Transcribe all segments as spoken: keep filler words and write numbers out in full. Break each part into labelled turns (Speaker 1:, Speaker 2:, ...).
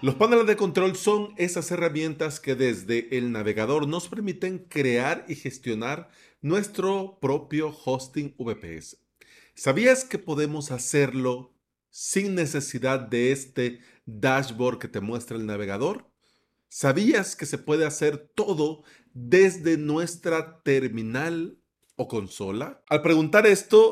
Speaker 1: Los paneles de control son esas herramientas que desde el navegador nos permiten crear y gestionar nuestro propio hosting V P S. ¿Sabías que podemos hacerlo sin necesidad de este dashboard que te muestra el navegador? ¿Sabías que se puede hacer todo desde nuestra terminal o consola? Al preguntar esto,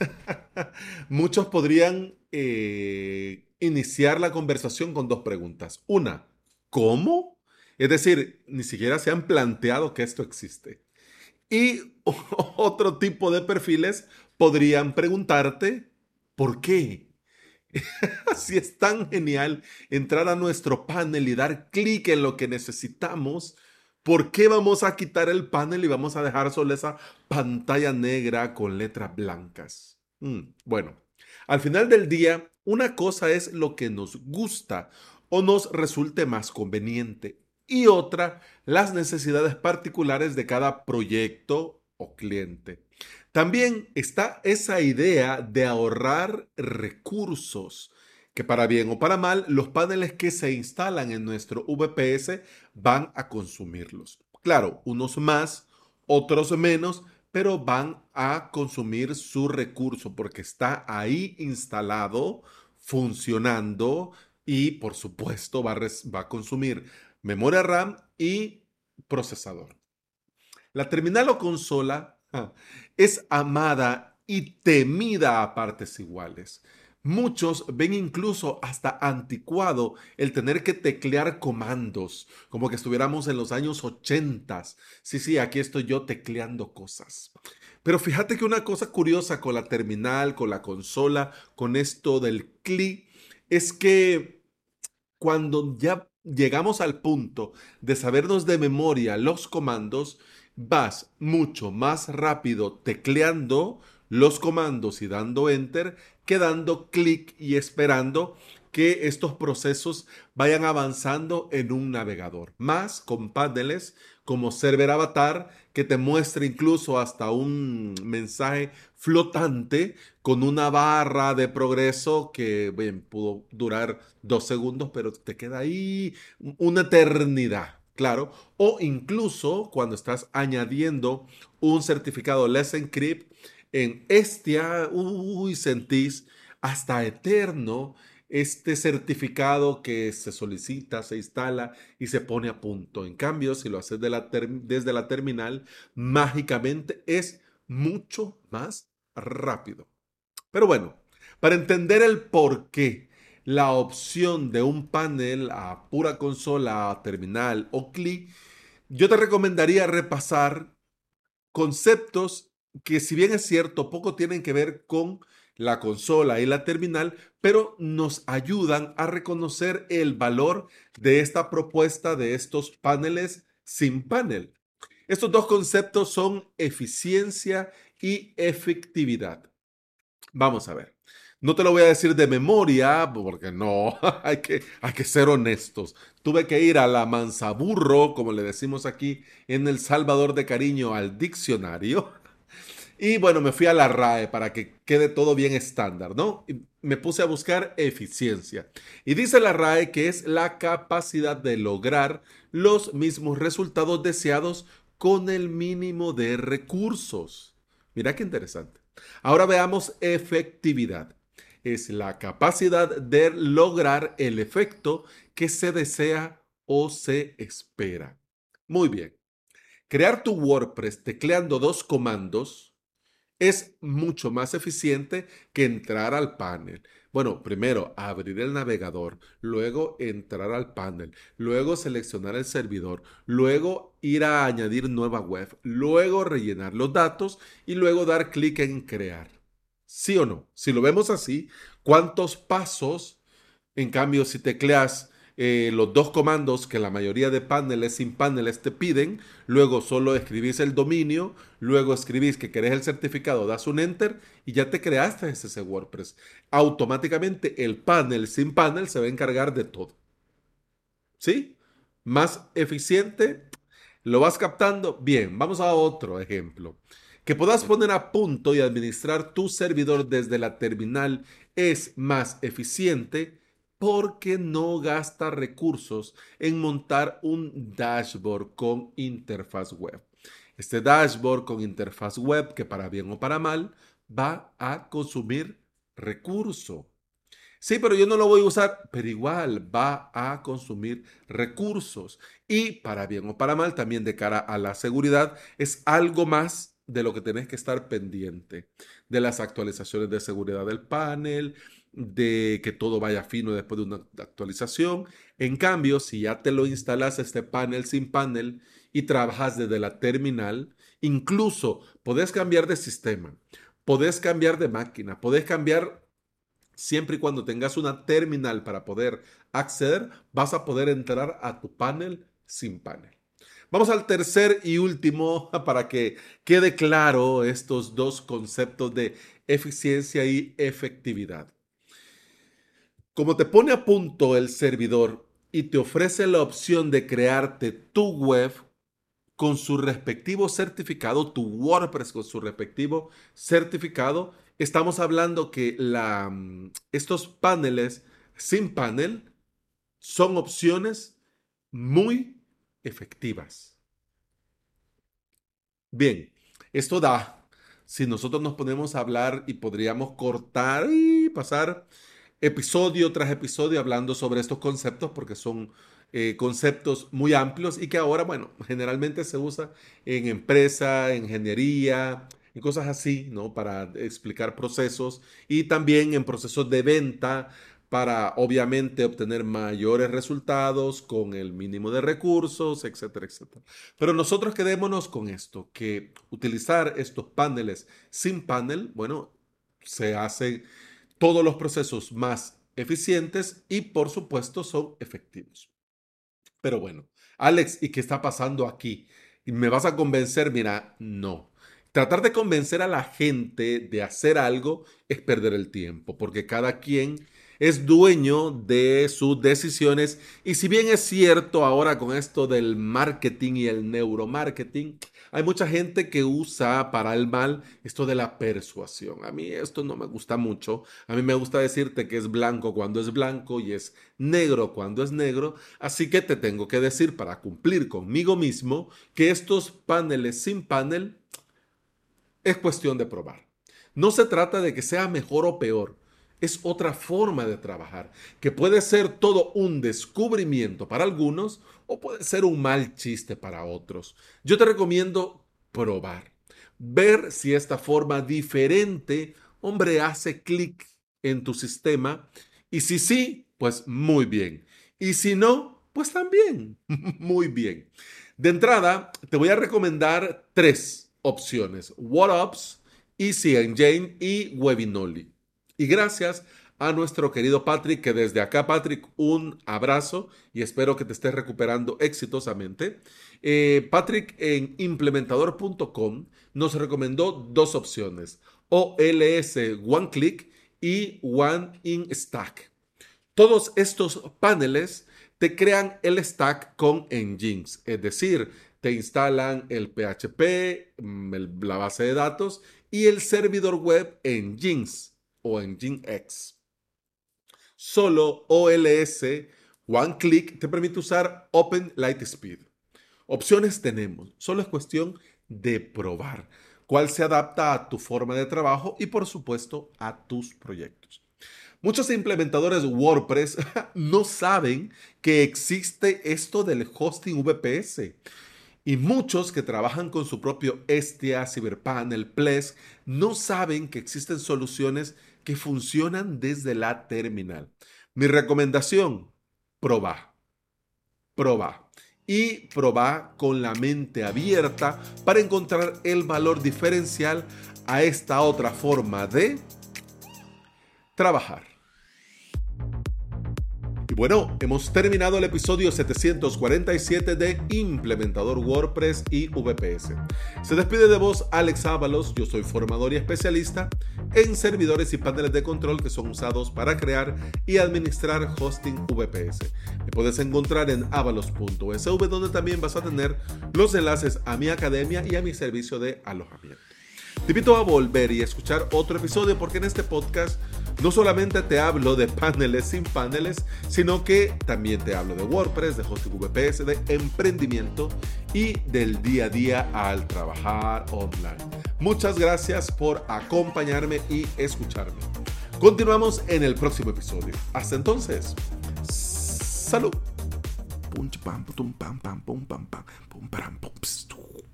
Speaker 1: muchos podrían eh, iniciar la conversación con dos preguntas. Una, ¿cómo? Es decir, ni siquiera se han planteado que esto existe. Y otro tipo de perfiles podrían preguntarte, ¿por qué? Si es tan genial entrar a nuestro panel y dar clic en lo que necesitamos, ¿por qué vamos a quitar el panel y vamos a dejar solo esa pantalla negra con letras blancas? Mm, bueno, al final del día, una cosa es lo que nos gusta o nos resulte más conveniente y otra, las necesidades particulares de cada proyecto o cliente. También está esa idea de ahorrar recursos, que para bien o para mal, los paneles que se instalan en nuestro V P S van a consumirlos. Claro, unos más, otros menos, pero van a consumir su recurso porque está ahí instalado, funcionando y por supuesto va a, va a consumir memoria RAM y procesador. La terminal o consola ja, es amada y temida a partes iguales. Muchos ven incluso hasta anticuado el tener que teclear comandos, como que estuviéramos en los años ochenta. Sí, sí, aquí estoy yo tecleando cosas. Pero fíjate que una cosa curiosa con la terminal, con la consola, con esto del C L I, es que cuando ya llegamos al punto de sabernos de memoria los comandos, vas mucho más rápido tecleando los comandos y dando enter que dando clic y esperando que estos procesos vayan avanzando en un navegador. Más con paneles como Server Avatar que te muestra incluso hasta un mensaje flotante con una barra de progreso que bien, pudo durar dos segundos, pero te queda ahí una eternidad, claro. O incluso cuando estás añadiendo un certificado Let's Encrypt en Estia, uy, sentís hasta eterno este certificado que se solicita, se instala y se pone a punto. En cambio, si lo haces de la desde la terminal, mágicamente es mucho más rápido. Pero bueno, para entender el por qué la opción de un panel a pura consola, a terminal o C L I, yo te recomendaría repasar conceptos que si bien es cierto, poco tienen que ver con la consola y la terminal, pero nos ayudan a reconocer el valor de esta propuesta de estos paneles sin panel. Estos dos conceptos son eficiencia y efectividad. Vamos a ver. No te lo voy a decir de memoria, porque no, hay que, hay que ser honestos. Tuve que ir a la manzaburro, como le decimos aquí en El Salvador de cariño, al diccionario. Y bueno, me fui a la R A E para que quede todo bien estándar, ¿no? Y me puse a buscar eficiencia. Y dice la R A E que es la capacidad de lograr los mismos resultados deseados con el mínimo de recursos. Mira qué interesante. Ahora veamos efectividad. Es la capacidad de lograr el efecto que se desea o se espera. Muy bien. Crear tu WordPress tecleando dos comandos es mucho más eficiente que entrar al panel. Bueno, primero abrir el navegador, luego entrar al panel, luego seleccionar el servidor, luego ir a añadir nueva web, luego rellenar los datos y luego dar clic en crear. ¿Sí o no? Si lo vemos así, ¿cuántos pasos? En cambio, si tecleas eh, los dos comandos que la mayoría de paneles sin paneles te piden, luego solo escribís el dominio, luego escribís que querés el certificado, das un enter y ya te creaste ese WordPress. Automáticamente el panel sin panel se va a encargar de todo. ¿Sí? Más eficiente. ¿Lo vas captando? Bien, vamos a otro ejemplo. Que puedas poner a punto y administrar tu servidor desde la terminal es más eficiente porque no gasta recursos en montar un dashboard con interfaz web. Este dashboard con interfaz web, que para bien o para mal, va a consumir recurso. Sí, pero yo no lo voy a usar, pero igual va a consumir recursos. Y para bien o para mal, también de cara a la seguridad, es algo más de lo que tenés que estar pendiente. De las actualizaciones de seguridad del panel, de que todo vaya fino después de una actualización. En cambio, si ya te lo instalas este panel sin panel y trabajas desde la terminal, incluso podés cambiar de sistema, podés cambiar de máquina, podés cambiar. Siempre y cuando tengas una terminal para poder acceder, vas a poder entrar a tu panel sin panel. Vamos al tercer y último para que quede claro estos dos conceptos de eficiencia y efectividad. Como te pone a punto el servidor y te ofrece la opción de crearte tu web con su respectivo certificado, tu WordPress con su respectivo certificado, estamos hablando que la, estos paneles sin panel son opciones muy efectivas. Bien, esto da, si nosotros nos ponemos a hablar y podríamos cortar y pasar episodio tras episodio hablando sobre estos conceptos porque son eh, conceptos muy amplios y que ahora, bueno, generalmente se usa en empresa, en ingeniería, en cosas así, ¿no? Para explicar procesos y también en procesos de venta para obviamente obtener mayores resultados con el mínimo de recursos, etcétera, etcétera. Pero nosotros quedémonos con esto, que utilizar estos paneles sin panel, bueno, se hace todos los procesos más eficientes y por supuesto son efectivos. Pero bueno, Alex, ¿y qué está pasando aquí? ¿Me vas a convencer? Mira, no. Tratar de convencer a la gente de hacer algo es perder el tiempo, porque cada quien es dueño de sus decisiones. Y si bien es cierto ahora con esto del marketing y el neuromarketing, hay mucha gente que usa para el mal esto de la persuasión. A mí esto no me gusta mucho. A mí me gusta decirte que es blanco cuando es blanco y es negro cuando es negro. Así que te tengo que decir para cumplir conmigo mismo que estos paneles sin panel es cuestión de probar. No se trata de que sea mejor o peor. Es otra forma de trabajar, que puede ser todo un descubrimiento para algunos o puede ser un mal chiste para otros. Yo te recomiendo probar, ver si esta forma diferente, hombre, hace clic en tu sistema y si sí, pues muy bien. Y si no, pues también muy bien. De entrada, te voy a recomendar tres opciones: WordOps, EasyEngine y Webinoli. Y gracias a nuestro querido Patrick, que desde acá, Patrick, un abrazo y espero que te estés recuperando exitosamente. Eh, Patrick en implementador punto com nos recomendó dos opciones: O L S One Click y One in Stack. Todos estos paneles te crean el stack con engines, es decir, te instalan el P H P, la base de datos y el servidor web Engines o Nginx. Solo O L S One Click te permite usar Open Lightspeed. Opciones tenemos, solo es cuestión de probar cuál se adapta a tu forma de trabajo y por supuesto a tus proyectos. Muchos implementadores WordPress no saben que existe esto del hosting V P S. Y muchos que trabajan con su propio Estia, Cyberpanel, Plesk, no saben que existen soluciones que funcionan desde la terminal. Mi recomendación: proba, proba y proba con la mente abierta para encontrar el valor diferencial a esta otra forma de trabajar. Y bueno, hemos terminado el episodio setecientos cuarenta y siete de Implementador WordPress y V P S. Se despide de vos Alex Ábalos, yo soy formador y especialista en servidores y paneles de control que son usados para crear y administrar hosting V P S. Me puedes encontrar en avalos punto s v, donde también vas a tener los enlaces a mi academia y a mi servicio de alojamiento. Te invito a volver y escuchar otro episodio porque en este podcast No solamente te hablo de paneles sin paneles, sino que también te hablo de WordPress, de hosting V P S, de emprendimiento y del día a día al trabajar online. Muchas gracias por acompañarme y escucharme. Continuamos en el próximo episodio. Hasta entonces, salud. Pum, pam, pum, pam, pam, pum, pam, pam, pum, param, pum, pss,